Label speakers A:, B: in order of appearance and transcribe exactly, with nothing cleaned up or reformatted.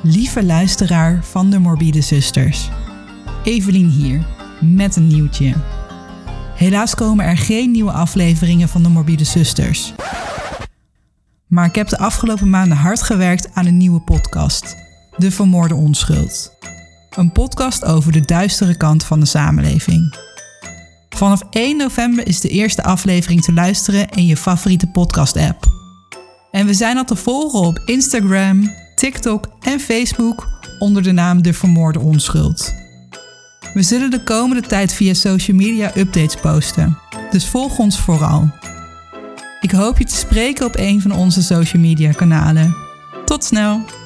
A: Lieve luisteraar van de Morbide Zusters. Evelien hier, met een nieuwtje. Helaas komen er geen nieuwe afleveringen van de Morbide Zusters. Maar ik heb de afgelopen maanden hard gewerkt aan een nieuwe podcast. De Vermoorde Onschuld. Een podcast over de duistere kant van de samenleving. Vanaf één november is de eerste aflevering te luisteren in je favoriete podcast-app. En we zijn al te volgen op Instagram, TikTok en Facebook onder de naam De Vermoorde Onschuld. We zullen de komende tijd via social media updates posten, dus volg ons vooral. Ik hoop je te spreken op een van onze social media kanalen. Tot snel!